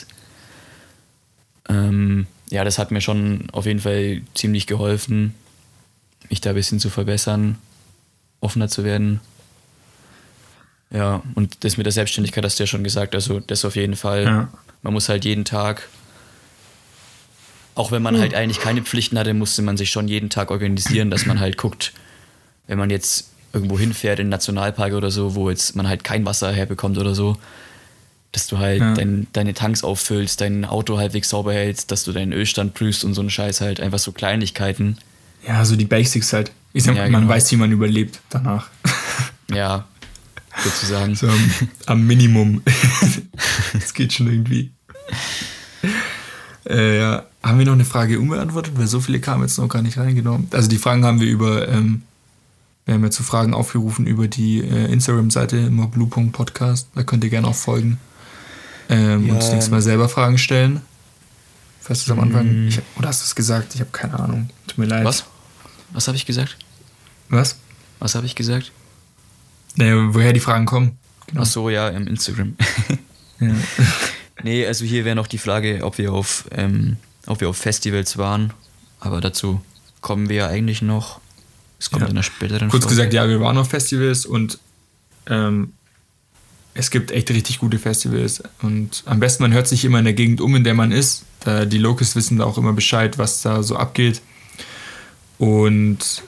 Das hat mir schon auf jeden Fall ziemlich geholfen, mich da ein bisschen zu verbessern, offener zu werden. Ja, und das mit der Selbstständigkeit hast du ja schon gesagt, also das auf jeden Fall. Ja. Man muss halt jeden Tag, auch wenn man halt eigentlich keine Pflichten hatte, musste man sich schon jeden Tag organisieren, dass man halt guckt, wenn man jetzt irgendwo hinfährt in den Nationalpark oder so, wo jetzt man halt kein Wasser herbekommt oder so, dass du halt deine Tanks auffüllst, dein Auto halbwegs sauber hältst, dass du deinen Ölstand prüfst und so einen Scheiß halt, einfach so Kleinigkeiten. Ja, so die Basics halt. Man weiß, wie man überlebt danach. Ja. sozusagen. So am Minimum. Das geht schon irgendwie. Ja. Haben wir noch eine Frage unbeantwortet? Weil so viele kamen jetzt noch gar nicht reingenommen. Also die Fragen haben wir wir haben ja zu Fragen aufgerufen über die Instagram-Seite moblue.podcast. Da könnt ihr gerne auch folgen. Uns nächstes Mal selber Fragen stellen. Falls du es am Anfang... Oder hast du es gesagt? Ich habe keine Ahnung. Tut mir leid. Was habe ich gesagt? Was? Was habe ich gesagt? Naja, woher die Fragen kommen. Genau. Ach so, ja, im Instagram. Ja. Nee, also hier wäre noch die Frage, ob wir auf Festivals waren. Aber dazu kommen wir ja eigentlich noch. Es kommt in einer späteren Kurz Folge. gesagt, ja, wir waren auf Festivals und es gibt echt richtig gute Festivals. Und am besten, man hört sich immer in der Gegend um, in der man ist. Da die Locals wissen da auch immer Bescheid, was da so abgeht. Und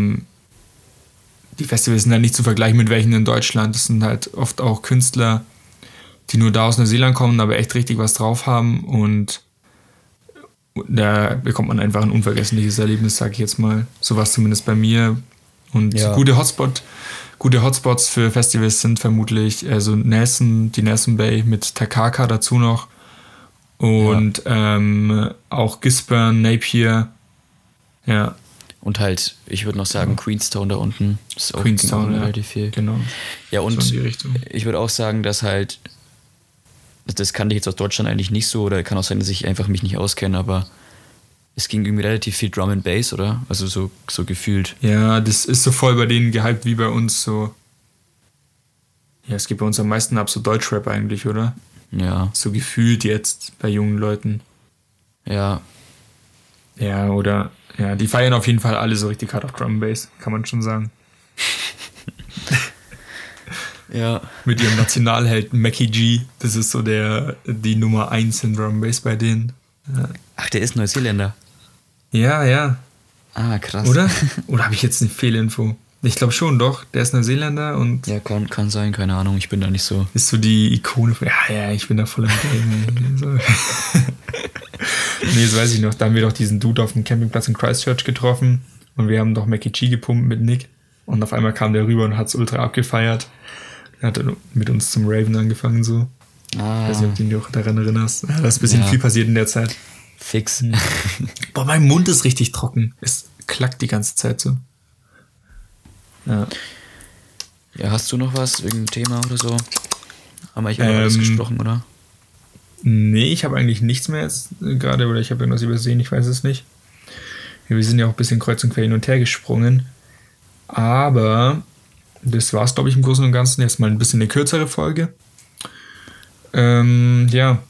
die Festivals sind halt nicht zu vergleichen mit welchen in Deutschland. Das sind halt oft auch Künstler, die nur da aus Neuseeland kommen, aber echt richtig was drauf haben. Und da bekommt man einfach ein unvergessliches Erlebnis, sage ich jetzt mal. So war es zumindest bei mir. Und gute Hotspots für Festivals sind vermutlich die Nelson Bay mit Takaka dazu noch. Und auch Gisborne, Napier. Ja. Und halt, ich würde noch sagen, Queenstown da unten. Das ist auch Queenstown, relativ viel. Genau. Ja, und so in die Richtung. Ich würde auch sagen, dass halt, das kannte ich jetzt aus Deutschland eigentlich nicht so, oder kann auch sein, dass ich einfach mich nicht auskenne, aber es ging irgendwie relativ viel Drum and Bass, oder? Also so gefühlt. Ja, das ist so voll bei denen gehypt wie bei uns so. Ja, es geht bei uns am meisten ab, so Deutschrap eigentlich, oder? Ja. So gefühlt jetzt bei jungen Leuten. Ja. Ja, oder, ja, die feiern auf jeden Fall alle so richtig hart auf Drum and Bass, kann man schon sagen. Ja. Mit ihrem Nationalhelden Mackie G, das ist so die Nummer 1 in Drum and Bass bei denen. Ja. Ach, der ist Neuseeländer. Ja, ja. Ah, krass. Oder? Oder habe ich jetzt eine Fehlinfo? Ich glaube schon, doch. Der ist Neuseeländer und... Ja, kann sein, keine Ahnung. Ich bin da nicht so... Ist so die Ikone von... Ja, ich bin da voll im Game. So. Nee, das weiß ich noch. Da haben wir doch diesen Dude auf dem Campingplatz in Christchurch getroffen und wir haben doch Mackie G gepumpt mit Nick und auf einmal kam der rüber und hat es ultra abgefeiert. Er hat dann mit uns zum Raven angefangen so. Ah. Ich weiß nicht, ob du dich noch daran erinnerst. Da ist ein bisschen viel passiert in der Zeit. Fix. Boah, mein Mund ist richtig trocken. Es klackt die ganze Zeit so. Ja. Ja, hast du noch was? Irgendein Thema oder so? Haben wir eigentlich über alles gesprochen, oder? Nee, ich habe eigentlich nichts mehr jetzt gerade, oder ich habe irgendwas übersehen, ich weiß es nicht. Ja, wir sind ja auch ein bisschen kreuz und quer hin und her gesprungen. Aber das war es, glaube ich, im Großen und Ganzen. Jetzt mal ein bisschen eine kürzere Folge. Ja.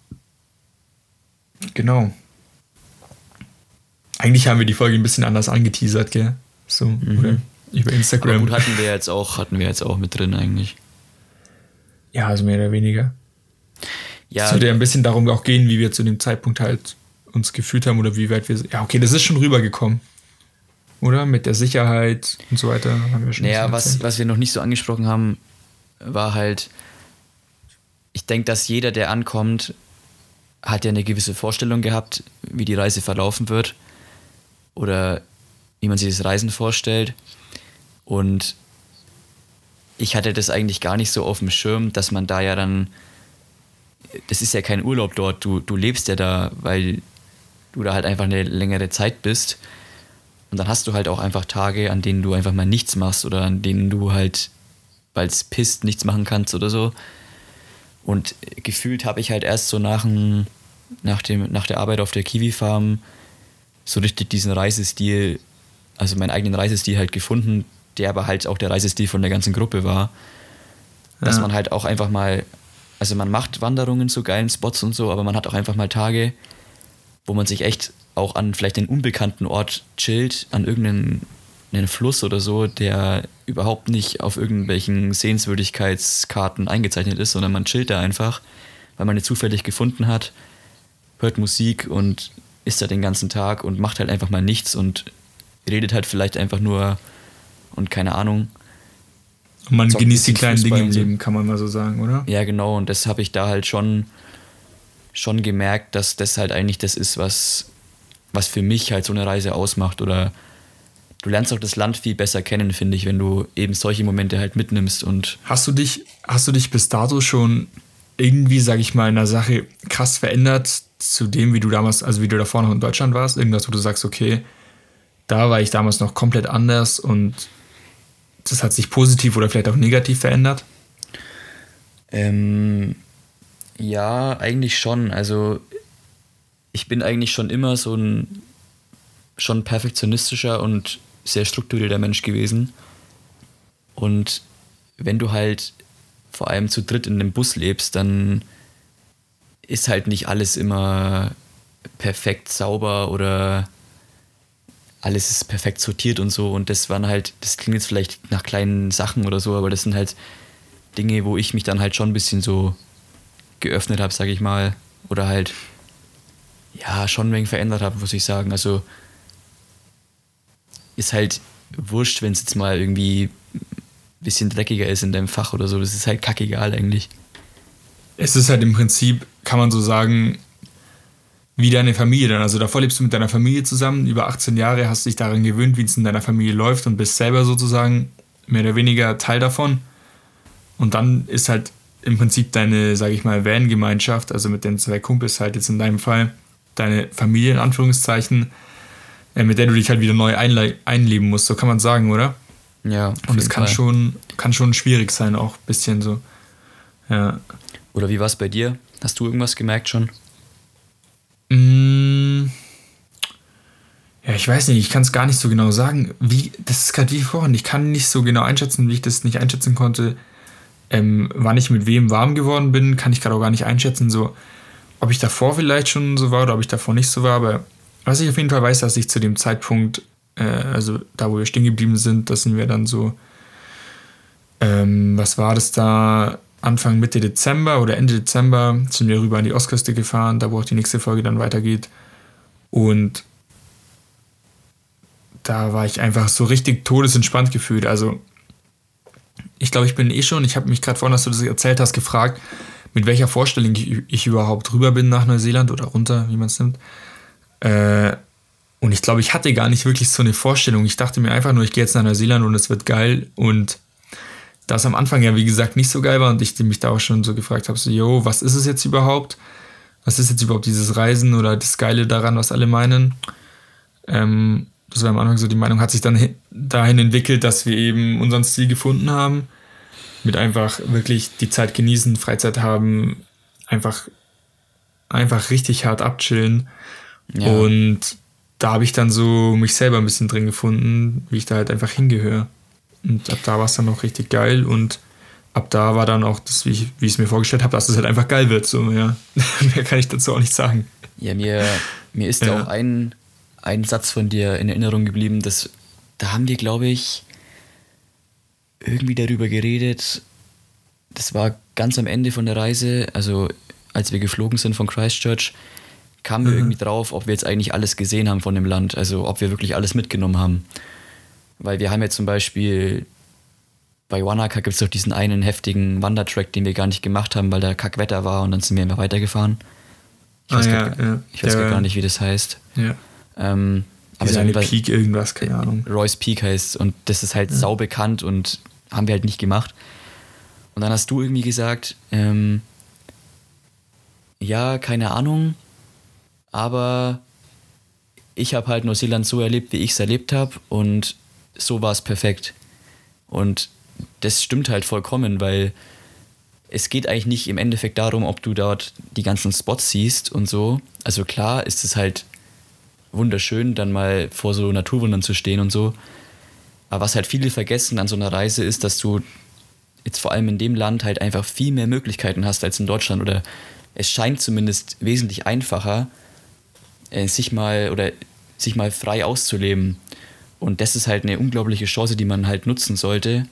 Genau. Eigentlich haben wir die Folge ein bisschen anders angeteasert, gell? So, oder über Instagram. Aber gut, hatten wir jetzt auch mit drin eigentlich. Ja, also mehr oder weniger. Ja, es sollte ja ein bisschen darum auch gehen, wie wir zu dem Zeitpunkt halt uns gefühlt haben oder wie weit wir... Ja, okay, das ist schon rübergekommen. Oder? Mit der Sicherheit und so weiter haben wir schon... Naja, was wir noch nicht so angesprochen haben, war halt... Ich denke, dass jeder, der ankommt, hat ja eine gewisse Vorstellung gehabt, wie die Reise verlaufen wird. Oder wie man sich das Reisen vorstellt. Und ich hatte das eigentlich gar nicht so auf dem Schirm, dass man da ja dann... Das ist ja kein Urlaub dort, du lebst ja da, weil du da halt einfach eine längere Zeit bist. Und dann hast du halt auch einfach Tage, an denen du einfach mal nichts machst oder an denen du halt, weil es pisst, nichts machen kannst oder so. Und gefühlt habe ich halt erst so nach der Arbeit auf der Kiwi-Farm so richtig diesen Reisestil, also meinen eigenen Reisestil halt gefunden, der aber halt auch der Reisestil von der ganzen Gruppe war. Dass man halt auch einfach mal... Also man macht Wanderungen zu geilen Spots und so, aber man hat auch einfach mal Tage, wo man sich echt auch an vielleicht einen unbekannten Ort chillt, an irgendeinen Fluss oder so, der überhaupt nicht auf irgendwelchen Sehenswürdigkeitskarten eingezeichnet ist, sondern man chillt da einfach, weil man ihn zufällig gefunden hat, hört Musik und ist da den ganzen Tag und macht halt einfach mal nichts und redet halt vielleicht einfach nur und keine Ahnung. Und man genießt die kleinen Dinge im Leben, kann man mal so sagen, oder? Ja, genau. Und das habe ich da halt schon gemerkt, dass das halt eigentlich das ist, was für mich halt so eine Reise ausmacht. Oder du lernst auch das Land viel besser kennen, finde ich, wenn du eben solche Momente halt mitnimmst. Und Hast du dich bis dato schon irgendwie, sag ich mal, in der Sache krass verändert zu dem, wie du damals, also wie du davor noch in Deutschland warst? Irgendwas, wo du sagst, okay, da war ich damals noch komplett anders und das hat sich positiv oder vielleicht auch negativ verändert? ja, eigentlich schon. Also ich bin eigentlich schon immer so ein schon perfektionistischer und sehr strukturierter Mensch gewesen. Und wenn du halt vor allem zu dritt in einem Bus lebst, dann ist halt nicht alles immer perfekt sauber oder alles ist perfekt sortiert und so. Und das waren halt, das klingt jetzt vielleicht nach kleinen Sachen oder so, aber das sind halt Dinge, wo ich mich dann halt schon ein bisschen so geöffnet habe, sage ich mal. Oder halt, ja, schon ein wenig verändert habe, muss ich sagen. Also ist halt wurscht, wenn es jetzt mal irgendwie ein bisschen dreckiger ist in deinem Fach oder so. Das ist halt kackegal eigentlich. Es ist halt im Prinzip, kann man so sagen, wie deine Familie dann. Also davor lebst du mit deiner Familie zusammen, über 18 Jahre, hast dich daran gewöhnt, wie es in deiner Familie läuft und bist selber sozusagen mehr oder weniger Teil davon. Und dann ist halt im Prinzip deine, sage ich mal, Van-Gemeinschaft, also mit den 2 Kumpels halt jetzt in deinem Fall, deine Familie in Anführungszeichen, mit der du dich halt wieder neu einleben musst, so kann man sagen, oder? Ja. Und es kann schon schwierig sein, auch ein bisschen so. Ja. Oder wie war es bei dir? Hast du irgendwas gemerkt schon? Ja, ich weiß nicht, ich kann es gar nicht so genau sagen. Das ist gerade wie vorhin, ich kann nicht so genau einschätzen, wie ich das nicht einschätzen konnte, wann ich mit wem warm geworden bin, kann ich gerade auch gar nicht einschätzen, so, ob ich davor vielleicht schon so war oder ob ich davor nicht so war, aber was ich auf jeden Fall weiß, dass ich zu dem Zeitpunkt, also da, wo wir stehen geblieben sind, da sind wir dann so, was war das da, Anfang, Mitte Dezember oder Ende Dezember sind wir rüber an die Ostküste gefahren, da wo auch die nächste Folge dann weitergeht. Und da war ich einfach so richtig todesentspannt gefühlt. Also ich glaube, ich habe mich gerade vorhin, als du das erzählt hast, gefragt, mit welcher Vorstellung ich überhaupt rüber bin nach Neuseeland oder runter, wie man es nimmt. Und ich glaube, ich hatte gar nicht wirklich so eine Vorstellung. Ich dachte mir einfach nur, ich gehe jetzt nach Neuseeland und es wird geil. Und da es am Anfang ja, wie gesagt, nicht so geil war und ich mich da auch schon so gefragt habe, so, yo, was ist es jetzt überhaupt? Was ist jetzt überhaupt dieses Reisen oder das Geile daran, was alle meinen? Das war am Anfang so, die Meinung hat sich dann dahin entwickelt, dass wir eben unseren Stil gefunden haben. Mit einfach wirklich die Zeit genießen, Freizeit haben, einfach richtig hart abchillen. Ja. Und da habe ich dann so mich selber ein bisschen drin gefunden, wie ich da halt einfach hingehöre. Und ab da war es dann auch richtig geil und ab da war dann auch das, wie ich es mir vorgestellt habe, dass es halt einfach geil wird. So, ja. Mehr kann ich dazu auch nicht sagen. Ja, mir ist da auch ein Satz von dir in Erinnerung geblieben, da haben wir, glaube ich, irgendwie darüber geredet. Das war ganz am Ende von der Reise, also als wir geflogen sind von Christchurch, kamen wir irgendwie drauf, ob wir jetzt eigentlich alles gesehen haben von dem Land, also ob wir wirklich alles mitgenommen haben. Weil wir haben jetzt zum Beispiel bei Wanaka gibt es doch diesen einen heftigen Wandertrack, den wir gar nicht gemacht haben, weil da Kackwetter war und dann sind wir immer weitergefahren. Ich weiß gar nicht, wie das heißt. Ja. Aber so eine Peak irgendwas, keine Ahnung. Royce Peak heißt und das ist halt sau bekannt und haben wir halt nicht gemacht. Und dann hast du irgendwie gesagt, ja, keine Ahnung, aber ich habe halt Neuseeland so erlebt, wie ich es erlebt habe und so war es perfekt. Und das stimmt halt vollkommen, weil es geht eigentlich nicht im Endeffekt darum, ob du dort die ganzen Spots siehst und so. Also klar ist es halt wunderschön, dann mal vor so Naturwundern zu stehen und so. Aber was halt viele vergessen an so einer Reise ist, dass du jetzt vor allem in dem Land halt einfach viel mehr Möglichkeiten hast als in Deutschland. Oder es scheint zumindest wesentlich einfacher, sich mal frei auszuleben. Und das ist halt eine unglaubliche Chance, die man halt nutzen sollte.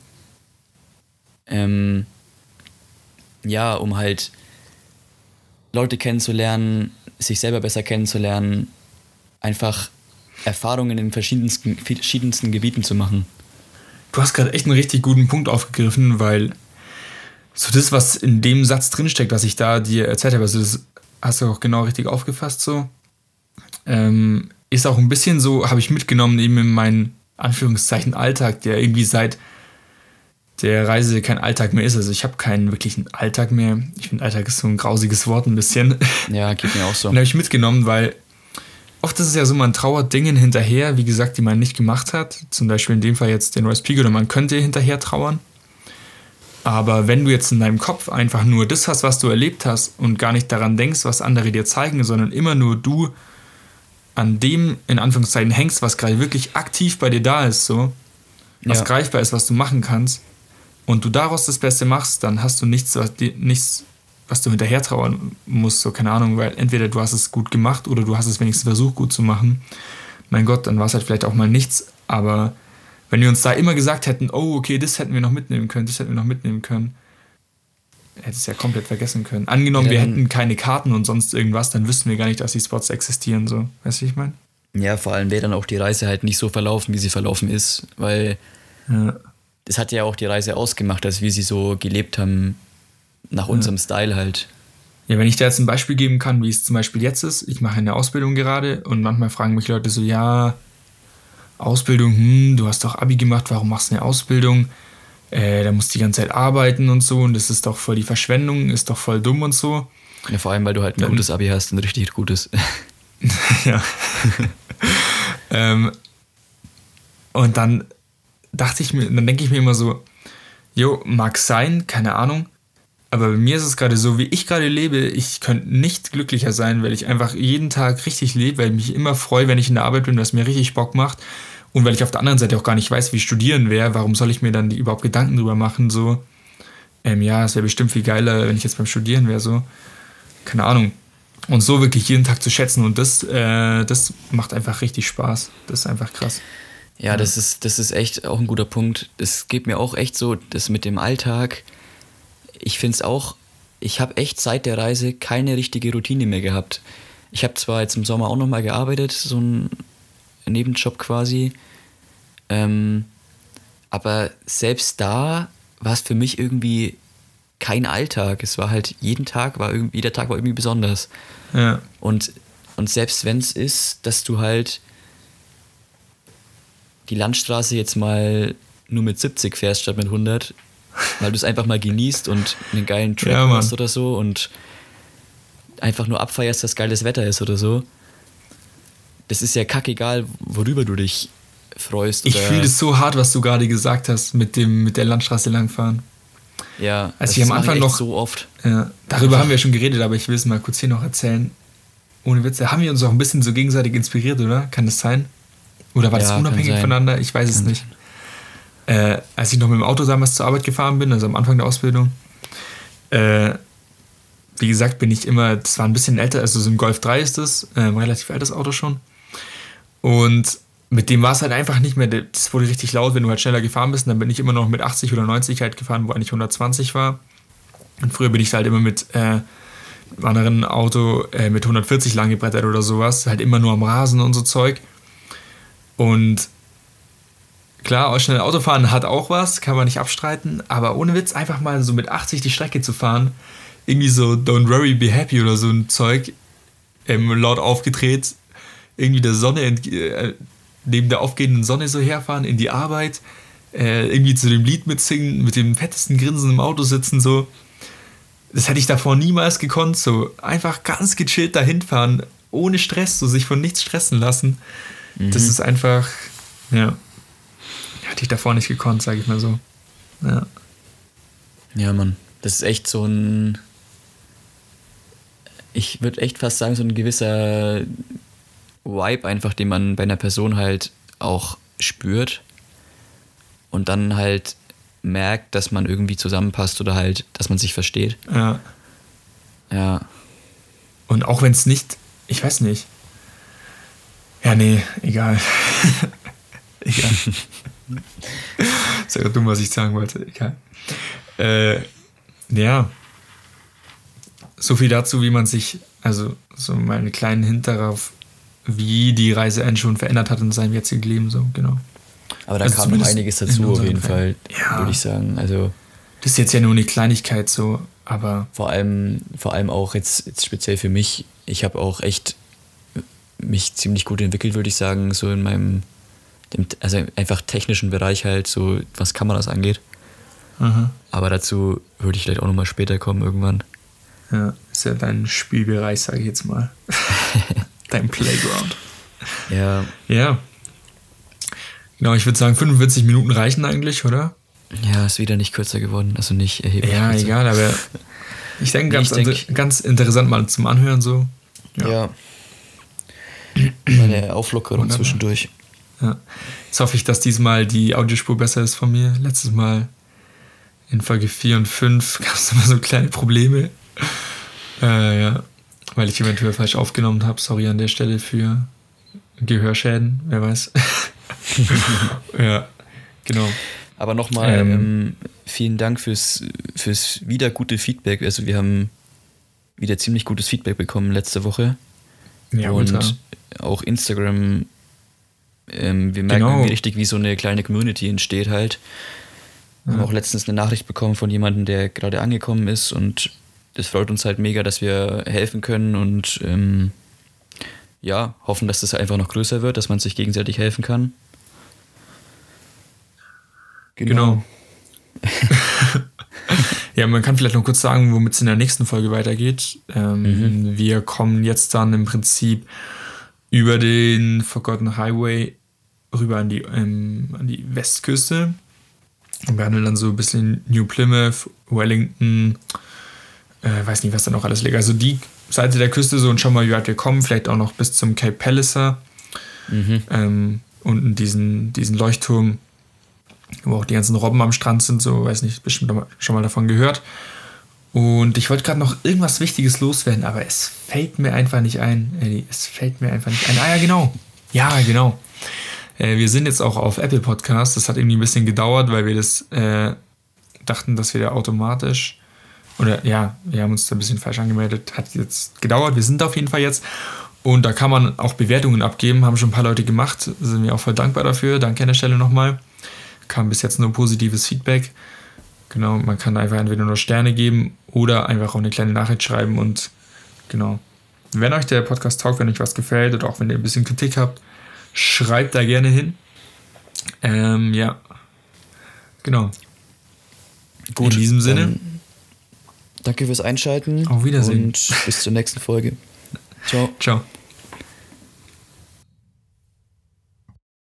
Um halt Leute kennenzulernen, sich selber besser kennenzulernen, einfach Erfahrungen in verschiedensten Gebieten zu machen. Du hast gerade echt einen richtig guten Punkt aufgegriffen, weil so das, was in dem Satz drinsteckt, was ich da dir erzählt habe, also das hast du auch genau richtig aufgefasst so, ist auch ein bisschen so, habe ich mitgenommen eben in mein Anführungszeichen Alltag, der irgendwie seit der Reise kein Alltag mehr ist. Also ich habe keinen wirklichen Alltag mehr. Ich finde, Alltag ist so ein grausiges Wort ein bisschen. Ja, geht mir auch so. Den habe ich mitgenommen, weil oft ist es ja so, man trauert Dingen hinterher, wie gesagt, die man nicht gemacht hat. Zum Beispiel in dem Fall jetzt den Royce Peak, oder man könnte hinterher trauern. Aber wenn du jetzt in deinem Kopf einfach nur das hast, was du erlebt hast und gar nicht daran denkst, was andere dir zeigen, sondern immer nur du an dem, in Anführungszeichen, hängst, was gerade wirklich aktiv bei dir da ist, so, was greifbar ist, was du machen kannst, und du daraus das Beste machst, dann hast du nichts, was du hinterher trauern musst, so, keine Ahnung, weil entweder du hast es gut gemacht oder du hast es wenigstens versucht, gut zu machen. Mein Gott, dann war es halt vielleicht auch mal nichts, aber wenn wir uns da immer gesagt hätten, oh, okay, das hätten wir noch mitnehmen können, hätte es ja komplett vergessen können. Angenommen, wir hätten keine Karten und sonst irgendwas, dann wüssten wir gar nicht, dass die Spots existieren, so. Weißt du, wie ich meine? Ja, vor allem wäre dann auch die Reise halt nicht so verlaufen, wie sie verlaufen ist, weil das hat ja auch die Reise ausgemacht, dass wir sie so gelebt haben, nach unserem Style halt. Ja, wenn ich da jetzt ein Beispiel geben kann, wie es zum Beispiel jetzt ist, ich mache eine Ausbildung gerade und manchmal fragen mich Leute so, ja, Ausbildung, du hast doch Abi gemacht, warum machst du eine Ausbildung? Da musst du die ganze Zeit arbeiten und so, und das ist doch voll die Verschwendung, ist doch voll dumm und so. Ja, vor allem, weil du halt ein gutes Abi hast, ein richtig gutes. Ja. Und dann denke ich mir immer so, jo, mag sein, keine Ahnung, aber bei mir ist es gerade so, wie ich gerade lebe, ich könnte nicht glücklicher sein, weil ich einfach jeden Tag richtig lebe, weil ich mich immer freue, wenn ich in der Arbeit bin, was mir richtig Bock macht. Und weil ich auf der anderen Seite auch gar nicht weiß, wie studieren wäre, warum soll ich mir dann überhaupt Gedanken drüber machen, so, ja, es wäre bestimmt viel geiler, wenn ich jetzt beim Studieren wäre, so, keine Ahnung. Und so wirklich jeden Tag zu schätzen, und das macht einfach richtig Spaß. Das ist einfach krass. Ja, das ist echt auch ein guter Punkt. Das geht mir auch echt so, das mit dem Alltag. Ich finde es auch, ich habe echt seit der Reise keine richtige Routine mehr gehabt. Ich habe zwar jetzt im Sommer auch nochmal gearbeitet, so ein Nebenjob quasi, aber selbst da war es für mich irgendwie kein Alltag. Es war halt, jeder Tag war irgendwie besonders. Ja. Und selbst wenn es ist, dass du halt die Landstraße jetzt mal nur mit 70 fährst statt mit 100, weil du es einfach mal genießt und einen geilen Track hast oder so und einfach nur abfeierst, dass geiles Wetter ist oder so. Das ist ja kackegal, worüber du dich freust. Ich fühle das so hart, was du gerade gesagt hast, mit der Landstraße langfahren. Ja, also ich am Anfang noch so oft. Ja, darüber haben wir schon geredet, aber ich will es mal kurz hier noch erzählen. Ohne Witze, haben wir uns auch ein bisschen so gegenseitig inspiriert, oder? Kann das sein? Oder war das unabhängig voneinander? Ich weiß es nicht. Als ich noch mit dem Auto damals zur Arbeit gefahren bin, also am Anfang der Ausbildung, wie gesagt, bin ich immer, das war ein bisschen älter, also so ein Golf 3 ist das, ein relativ altes Auto schon. Und mit dem war es halt einfach nicht mehr, das wurde richtig laut, wenn du halt schneller gefahren bist, und dann bin ich immer noch mit 80 oder 90 halt gefahren, wo eigentlich 120 war. Und früher bin ich halt immer mit einem anderen Auto mit 140 lang gebrettert oder sowas, halt immer nur am Rasen und so Zeug. Und klar, auch schnell Autofahren hat auch was, kann man nicht abstreiten, aber ohne Witz, einfach mal so mit 80 die Strecke zu fahren, irgendwie so Don't Worry, Be Happy oder so ein Zeug, laut aufgedreht, irgendwie der Sonne, neben der aufgehenden Sonne so herfahren, in die Arbeit, irgendwie zu dem Lied mitsingen, mit dem fettesten Grinsen im Auto sitzen, so. Das hätte ich davor niemals gekonnt, so einfach ganz gechillt dahin fahren, ohne Stress, so sich von nichts stressen lassen. Das ist einfach, ja, hätte ich davor nicht gekonnt, sage ich mal so. Ja. Ja, Mann, das ist echt so ein, ich würde echt fast sagen, so ein gewisser Vibe einfach, den man bei einer Person halt auch spürt und dann halt merkt, dass man irgendwie zusammenpasst oder halt, dass man sich versteht. Ja. Ja. Und auch wenn es nicht, ich weiß nicht. Ja, nee, egal. Egal. Ist ja dumm, was ich sagen wollte. Egal. Ja. So viel dazu, wie man sich, also so mal einen kleinen Hint darauf, wie die Reise einen schon verändert hat in seinem jetzigen Leben, so, genau. Aber da kam noch einiges dazu, auf jeden Fall, würde ich sagen. Also, das ist jetzt ja nur eine Kleinigkeit, so, aber. Vor allem auch jetzt speziell für mich, ich habe auch echt mich ziemlich gut entwickelt, würde ich sagen, so in meinem also einfach technischen Bereich halt, so was Kameras angeht. Aha. Aber dazu würde ich vielleicht auch nochmal später kommen irgendwann. Ja, ist ja dein Spielbereich, sage ich jetzt mal. Dein Playground. Ja. Ja. Genau, ich würde sagen, 45 Minuten reichen eigentlich, oder? Ja, ist wieder nicht kürzer geworden, also nicht erheblich Ja, kürzer. egal, aber ich denke, ganz interessant mal zum Anhören so. Ja. Meine Auflockerung Wunderbar. zwischendurch. Ja. Jetzt hoffe ich, dass diesmal die Audiospur besser ist von mir. Letztes Mal in Folge 4 und 5 gab es immer so kleine Probleme. Ja, weil ich eventuell falsch aufgenommen habe. Sorry an der Stelle für Gehörschäden, wer weiß. Ja, genau. Aber nochmal vielen Dank fürs wieder gute Feedback. Also wir haben wieder ziemlich gutes Feedback bekommen letzte Woche. Ja, und ultra. auch Instagram, wir merken irgendwie richtig, wie so eine kleine Community entsteht halt. Wir haben auch letztens eine Nachricht bekommen von jemandem, der gerade angekommen ist, und das freut uns halt mega, dass wir helfen können und ja, hoffen, dass das einfach noch größer wird, dass man sich gegenseitig helfen kann. Genau. Ja, man kann vielleicht noch kurz sagen, womit es in der nächsten Folge weitergeht. Wir kommen jetzt dann im Prinzip über den Forgotten Highway rüber an die Westküste und behandeln dann so ein bisschen New Plymouth, Wellington, weiß nicht, was da noch alles liegt. Also die Seite der Küste so und schauen mal, wie weit wir kommen. Vielleicht auch noch bis zum Cape Palliser. Unten diesen Leuchtturm, wo auch die ganzen Robben am Strand sind, so, weiß nicht, bestimmt schon mal davon gehört. Und ich wollte gerade noch irgendwas Wichtiges loswerden, aber es fällt mir einfach nicht ein. Ah ja, genau. Ja, genau. Wir sind jetzt auch auf Apple Podcasts. Das hat irgendwie ein bisschen gedauert, weil wir das dachten, dass wir da automatisch, oder ja, wir haben uns da ein bisschen falsch angemeldet. Hat jetzt gedauert. Wir sind auf jeden Fall jetzt. Und da kann man auch Bewertungen abgeben. Haben schon ein paar Leute gemacht. Sind wir auch voll dankbar dafür. Danke an der Stelle nochmal. Kam bis jetzt nur positives Feedback. Genau, man kann einfach entweder nur Sterne geben oder einfach auch eine kleine Nachricht schreiben. Und genau, wenn euch der Podcast taugt, wenn euch was gefällt oder auch wenn ihr ein bisschen Kritik habt, schreibt da gerne hin. Ja, genau. Gut, in diesem Sinne. Danke fürs Einschalten. Auf Wiedersehen. Und bis zur nächsten Folge. Ciao. Ciao.